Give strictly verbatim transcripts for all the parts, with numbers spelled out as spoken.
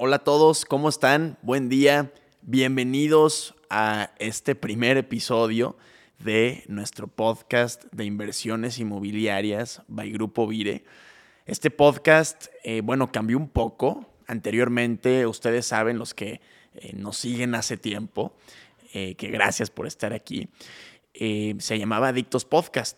Hola a todos, ¿cómo están? Buen día, bienvenidos a este primer episodio de nuestro podcast de inversiones inmobiliarias by Grupo Vire. Este podcast, eh, bueno, cambió un poco. Anteriormente, ustedes saben, los que eh, nos siguen hace tiempo, eh, que gracias por estar aquí, eh, se llamaba Adictos Podcast,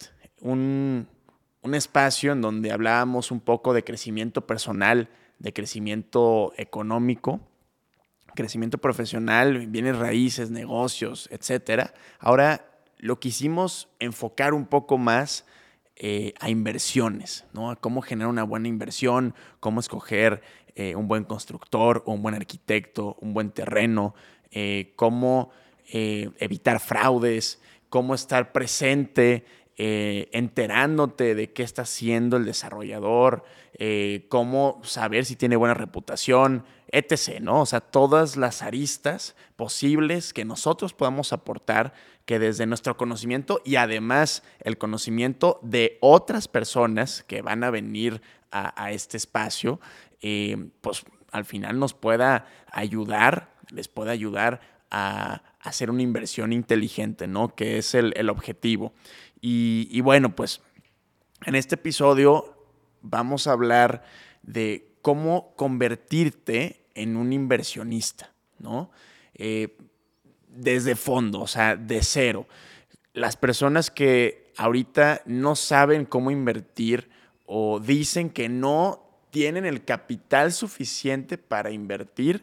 un, un espacio en donde hablábamos un poco de crecimiento personal, de crecimiento económico, crecimiento profesional, bienes raíces, negocios, etcétera. Ahora lo quisimos enfocar un poco más eh, a inversiones, ¿no? A cómo generar una buena inversión, cómo escoger eh, un buen constructor, un buen arquitecto, un buen terreno, eh, cómo eh, evitar fraudes, cómo estar presente, eh, enterándote de qué está haciendo el desarrollador, eh, cómo saber si tiene buena reputación, etcétera, ¿no? O sea, todas las aristas posibles que nosotros podamos aportar, que desde nuestro conocimiento y además el conocimiento de otras personas que van a venir a, a este espacio, eh, pues al final nos pueda ayudar, les pueda ayudar a hacer una inversión inteligente, ¿no? Que es el, el objetivo. Y, y bueno, pues en este episodio vamos a hablar de cómo convertirte en un inversionista, ¿no? Eh, desde fondo, o sea, de cero. Las personas que ahorita no saben cómo invertir o dicen que no tienen el capital suficiente para invertir,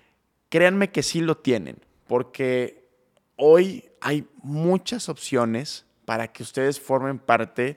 créanme que sí lo tienen, porque hoy hay muchas opciones para que ustedes formen parte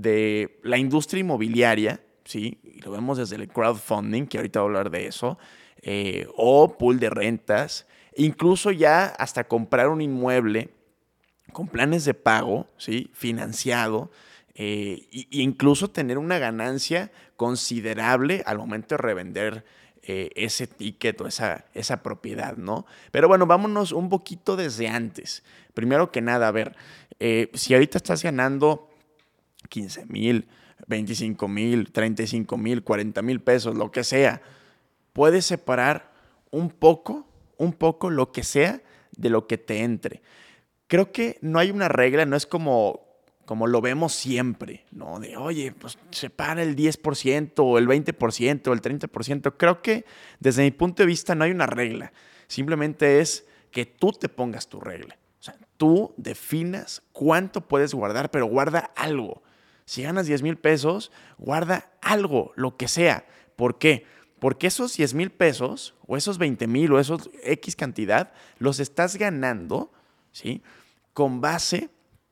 de la industria inmobiliaria, ¿sí? Y lo vemos desde el crowdfunding, que ahorita voy a hablar de eso, eh, o pool de rentas, incluso ya hasta comprar un inmueble con planes de pago, ¿sí? Financiado, eh, e incluso tener una ganancia considerable al momento de revender eh, ese ticket o esa, esa propiedad, ¿no? Pero bueno, vámonos un poquito desde antes. Primero que nada, a ver, eh, si ahorita estás ganando quince mil, veinticinco mil, treinta y cinco mil, cuarenta mil pesos, lo que sea, puedes separar un poco, un poco lo que sea de lo que te entre. Creo que no hay una regla, no es como, como lo vemos siempre, ¿no? De, oye, pues separa el diez por ciento o el veinte por ciento o el treinta por ciento. Creo que desde mi punto de vista no hay una regla. Simplemente es que tú te pongas tu regla. O sea, tú definas cuánto puedes guardar, pero guarda algo. Si ganas diez mil pesos, guarda algo, lo que sea. ¿Por qué? Porque esos diez mil pesos o esos veinte mil o esos X cantidad los estás ganando, ¿sí? Con base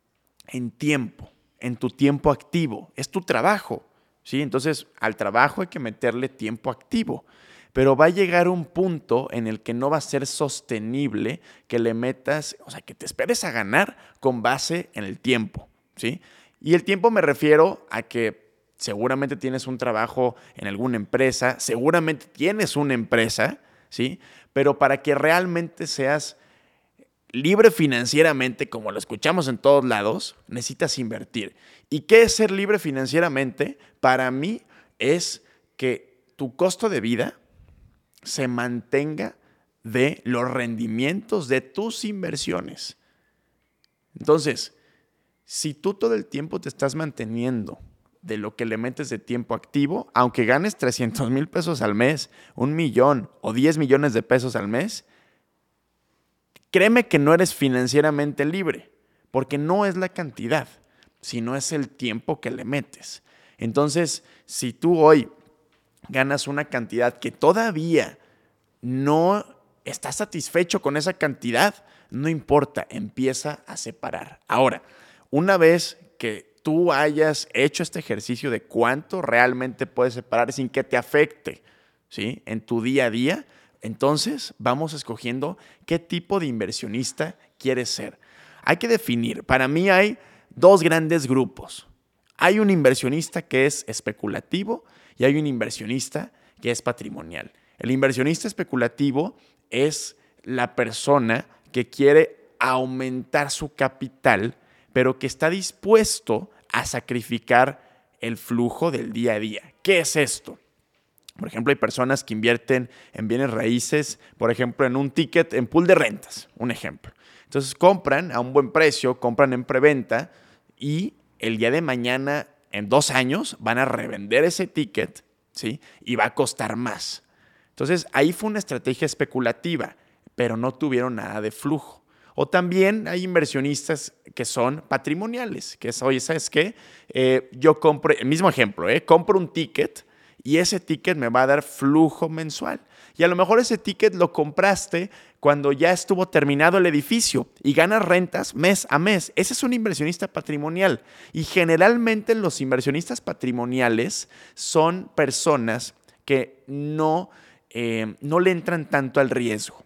en tiempo, en tu tiempo activo. Es tu trabajo, ¿sí? Entonces, al trabajo hay que meterle tiempo activo. Pero va a llegar un punto en el que no va a ser sostenible que le metas, o sea, que te esperes a ganar con base en el tiempo, ¿sí? Y el tiempo me refiero a que seguramente tienes un trabajo en alguna empresa, seguramente tienes una empresa, ¿sí? Pero para que realmente seas libre financieramente, como lo escuchamos en todos lados, necesitas invertir. ¿Y qué es ser libre financieramente? Para mí es que tu costo de vida se mantenga de los rendimientos de tus inversiones. Entonces, si tú todo el tiempo te estás manteniendo de lo que le metes de tiempo activo, aunque ganes trescientos mil pesos al mes, un millón o diez millones de pesos al mes, créeme que no eres financieramente libre, porque no es la cantidad, sino es el tiempo que le metes. Entonces, si tú hoy ganas una cantidad que todavía no estás satisfecho con esa cantidad, no importa, empieza a separar. Ahora, una vez que tú hayas hecho este ejercicio de cuánto realmente puedes separar sin que te afecte, ¿sí? En tu día a día, entonces vamos escogiendo qué tipo de inversionista quieres ser. Hay que definir, para mí hay dos grandes grupos. Hay un inversionista que es especulativo y hay un inversionista que es patrimonial. El inversionista especulativo es la persona que quiere aumentar su capital, pero que está dispuesto a sacrificar el flujo del día a día. ¿Qué es esto? Por ejemplo, hay personas que invierten en bienes raíces, por ejemplo, en un ticket, en pool de rentas, un ejemplo. Entonces compran a un buen precio, compran en preventa y el día de mañana, en dos años, van a revender ese ticket, ¿sí? Y va a costar más. Entonces ahí fue una estrategia especulativa, pero no tuvieron nada de flujo. O también hay inversionistas que son patrimoniales, que es, oye, ¿sabes qué? Eh, yo compro, el mismo ejemplo, ¿eh? Compro un ticket y ese ticket me va a dar flujo mensual. Y a lo mejor ese ticket lo compraste cuando ya estuvo terminado el edificio y ganas rentas mes a mes. Ese es un inversionista patrimonial. Y generalmente los inversionistas patrimoniales son personas que no, eh, no le entran tanto al riesgo.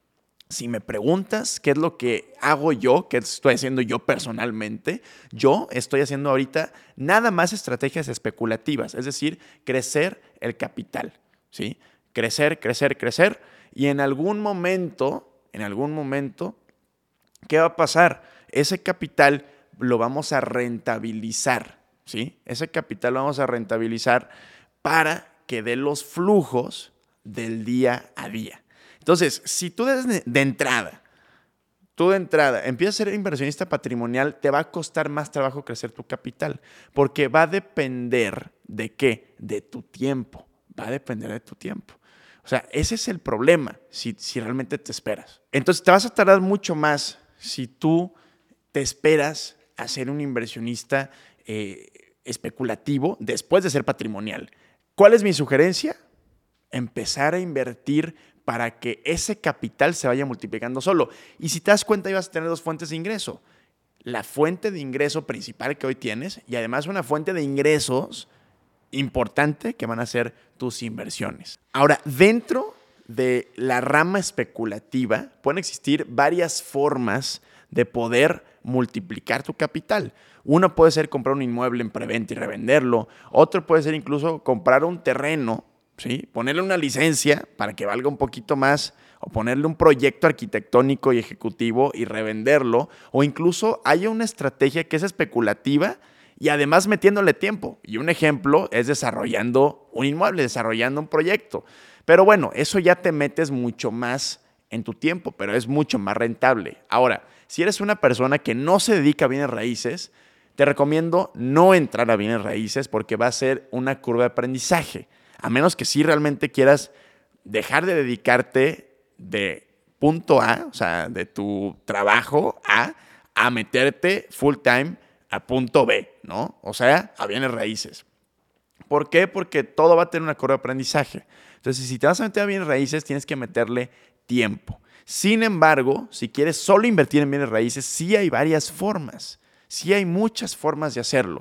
Si me preguntas qué es lo que hago yo, qué estoy haciendo yo personalmente, yo estoy haciendo ahorita nada más estrategias especulativas, es decir, crecer el capital, ¿sí? Crecer, crecer, crecer y en algún momento, en algún momento, ¿qué va a pasar? Ese capital lo vamos a rentabilizar, ¿sí? Ese capital lo vamos a rentabilizar para que dé los flujos del día a día. Entonces, si tú de, de entrada, tú de entrada empiezas a ser inversionista patrimonial, te va a costar más trabajo crecer tu capital, porque va a depender de qué, de tu tiempo, va a depender de tu tiempo. O sea, ese es el problema si, si realmente te esperas. Entonces, te vas a tardar mucho más si tú te esperas a ser un inversionista eh, especulativo después de ser patrimonial. ¿Cuál es mi sugerencia? Empezar a invertir para que ese capital se vaya multiplicando solo. Y si te das cuenta, ibas a tener dos fuentes de ingreso. La fuente de ingreso principal que hoy tienes y además una fuente de ingresos importante que van a ser tus inversiones. Ahora, dentro de la rama especulativa pueden existir varias formas de poder multiplicar tu capital. Uno puede ser comprar un inmueble en preventa y revenderlo. Otro puede ser incluso comprar un terreno, ¿sí? Ponerle una licencia para que valga un poquito más o ponerle un proyecto arquitectónico y ejecutivo y revenderlo. O incluso hay una estrategia que es especulativa y además metiéndole tiempo. Y un ejemplo es desarrollando un inmueble, desarrollando un proyecto. Pero bueno, eso ya te metes mucho más en tu tiempo, pero es mucho más rentable. Ahora, si eres una persona que no se dedica a bienes raíces, te recomiendo no entrar a bienes raíces porque va a ser una curva de aprendizaje. A menos que sí realmente quieras dejar de dedicarte de punto A, o sea, de tu trabajo A, a meterte full time a punto B, ¿no? O sea, a bienes raíces. ¿Por qué? Porque todo va a tener una curva de aprendizaje. Entonces, si te vas a meter a bienes raíces, tienes que meterle tiempo. Sin embargo, si quieres solo invertir en bienes raíces, sí hay varias formas. Sí hay muchas formas de hacerlo.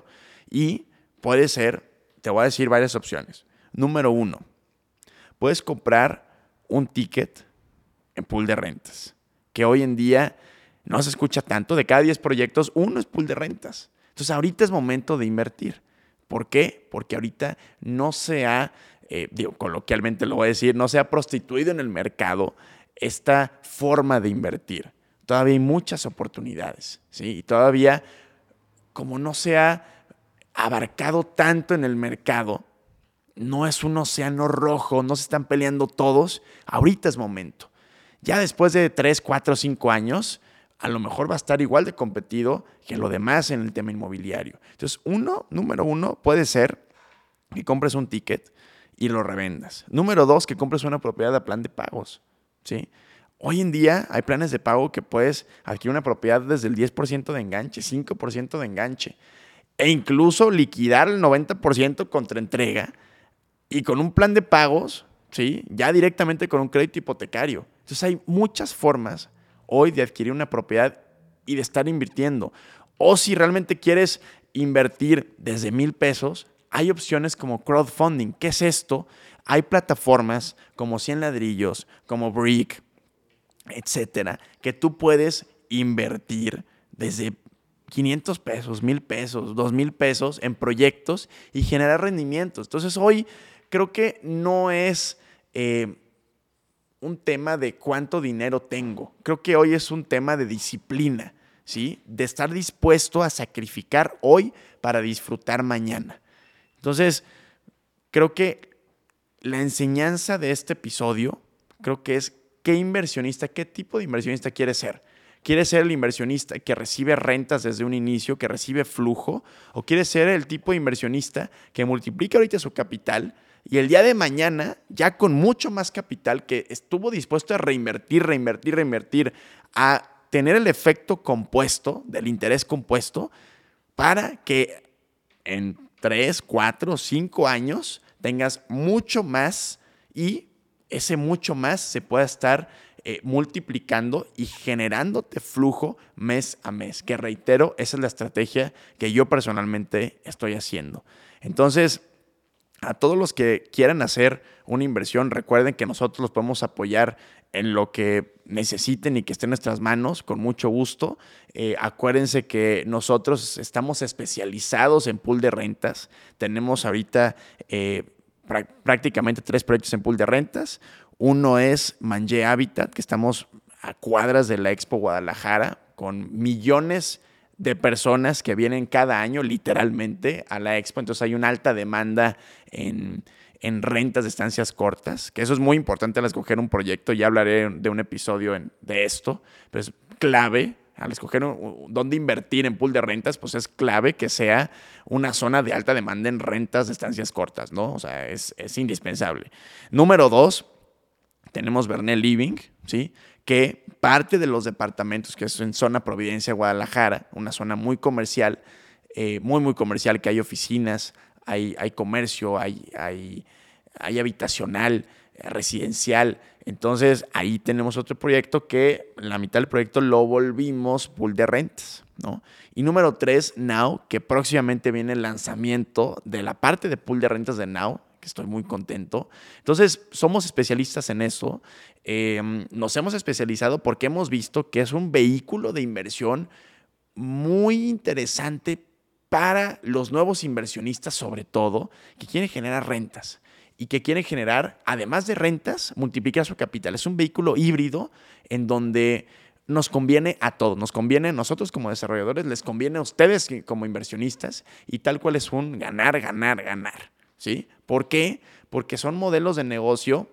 Y puede ser, te voy a decir varias opciones. Número uno, puedes comprar un ticket en pool de rentas, que hoy en día no se escucha tanto. De cada diez proyectos, uno es pool de rentas. Entonces, ahorita es momento de invertir. ¿Por qué? Porque ahorita no se ha, eh, digo, coloquialmente lo voy a decir, no se ha prostituido en el mercado esta forma de invertir. Todavía hay muchas oportunidades, ¿sí? Y todavía, como no se ha abarcado tanto en el mercado, no es un océano rojo, no se están peleando todos. Ahorita es momento. Ya después de tres, cuatro, cinco años, a lo mejor va a estar igual de competido que lo demás en el tema inmobiliario. Entonces, uno, número uno, puede ser que compres un ticket y lo revendas. Número dos, que compres una propiedad a plan de pagos, ¿sí? Hoy en día hay planes de pago que puedes adquirir una propiedad desde el diez por ciento de enganche, cinco por ciento de enganche e incluso liquidar el noventa por ciento contra entrega. Y con un plan de pagos, ¿sí? Ya directamente con un crédito hipotecario. Entonces hay muchas formas hoy de adquirir una propiedad y de estar invirtiendo. O si realmente quieres invertir desde mil pesos, hay opciones como crowdfunding. ¿Qué es esto? Hay plataformas como cien ladrillos, como Brick, etcétera, que tú puedes invertir desde quinientos pesos, mil pesos, dos mil pesos en proyectos y generar rendimientos. Entonces hoy creo que no es eh, un tema de cuánto dinero tengo. Creo que hoy es un tema de disciplina, ¿sí? De estar dispuesto a sacrificar hoy para disfrutar mañana. Entonces, creo que la enseñanza de este episodio creo que es qué inversionista, qué tipo de inversionista quieres ser. ¿Quieres ser el inversionista que recibe rentas desde un inicio, que recibe flujo? ¿O quieres ser el tipo de inversionista que multiplica ahorita su capital y el día de mañana, ya con mucho más capital, que estuvo dispuesto a reinvertir, reinvertir, reinvertir, a tener el efecto compuesto, del interés compuesto, para que en tres, cuatro, cinco años tengas mucho más y ese mucho más se pueda estar eh, multiplicando y generándote flujo mes a mes? Que reitero, esa es la estrategia que yo personalmente estoy haciendo. Entonces, a todos los que quieran hacer una inversión, recuerden que nosotros los podemos apoyar en lo que necesiten y que esté en nuestras manos, con mucho gusto. Eh, acuérdense que nosotros estamos especializados en pool de rentas. Tenemos ahorita eh, pr- prácticamente tres proyectos en pool de rentas. Uno es Manje Habitat, que estamos a cuadras de la Expo Guadalajara, con millones de personas que vienen cada año literalmente a la Expo. Entonces hay una alta demanda en, en rentas de estancias cortas, que eso es muy importante al escoger un proyecto. Ya hablaré de un episodio en, de esto, pero es clave al escoger un, dónde invertir en pool de rentas, pues es clave que sea una zona de alta demanda en rentas de estancias cortas, ¿no? O sea, es, es indispensable. Número dos, tenemos Bernal Living, ¿sí? Que parte de los departamentos, que es en zona Providencia, Guadalajara, una zona muy comercial, eh, muy, muy comercial, que hay oficinas, hay, hay comercio, hay, hay, hay habitacional, eh, residencial. Entonces, ahí tenemos otro proyecto que la mitad del proyecto lo volvimos pool de rentas, ¿no? Y número tres, Now, que próximamente viene el lanzamiento de la parte de pool de rentas de Now, que estoy muy contento. Entonces, somos especialistas en eso. Eh, nos hemos especializado porque hemos visto que es un vehículo de inversión muy interesante para los nuevos inversionistas, sobre todo, que quieren generar rentas y que quieren generar, además de rentas, multiplicar su capital. Es un vehículo híbrido en donde nos conviene a todos. Nos conviene a nosotros como desarrolladores, les conviene a ustedes como inversionistas, y tal cual es un ganar, ganar, ganar, ¿sí? ¿Por qué? Porque son modelos de negocio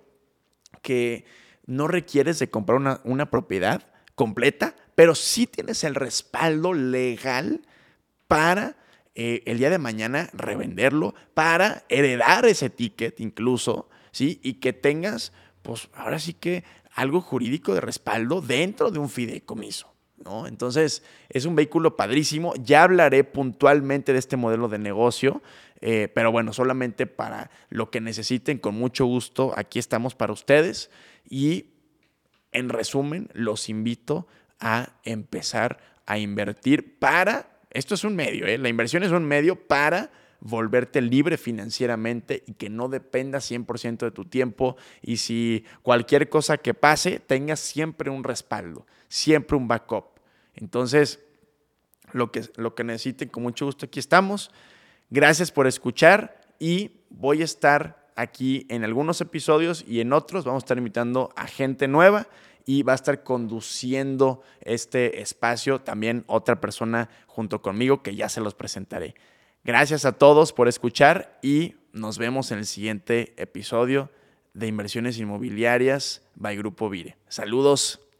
que no requieres de comprar una, una propiedad completa, pero sí tienes el respaldo legal para eh, el día de mañana revenderlo, para heredar ese ticket incluso, ¿sí? Y que tengas, pues ahora sí que algo jurídico de respaldo dentro de un fideicomiso, ¿no? Entonces, es un vehículo padrísimo. Ya hablaré puntualmente de este modelo de negocio, eh, pero bueno, solamente para lo que necesiten, con mucho gusto, aquí estamos para ustedes. Y en resumen, los invito a empezar a invertir para, esto es un medio, ¿eh? La inversión es un medio para volverte libre financieramente y que no dependa cien por ciento de tu tiempo, y si cualquier cosa que pase, tengas siempre un respaldo, siempre un backup. Entonces, lo que, lo que necesiten, con mucho gusto aquí estamos. Gracias por escuchar, y voy a estar aquí en algunos episodios, y en otros vamos a estar invitando a gente nueva, y va a estar conduciendo este espacio también otra persona junto conmigo, que ya se los presentaré. Gracias a todos por escuchar, y nos vemos en el siguiente episodio de Inversiones Inmobiliarias by Grupo Vire. Saludos.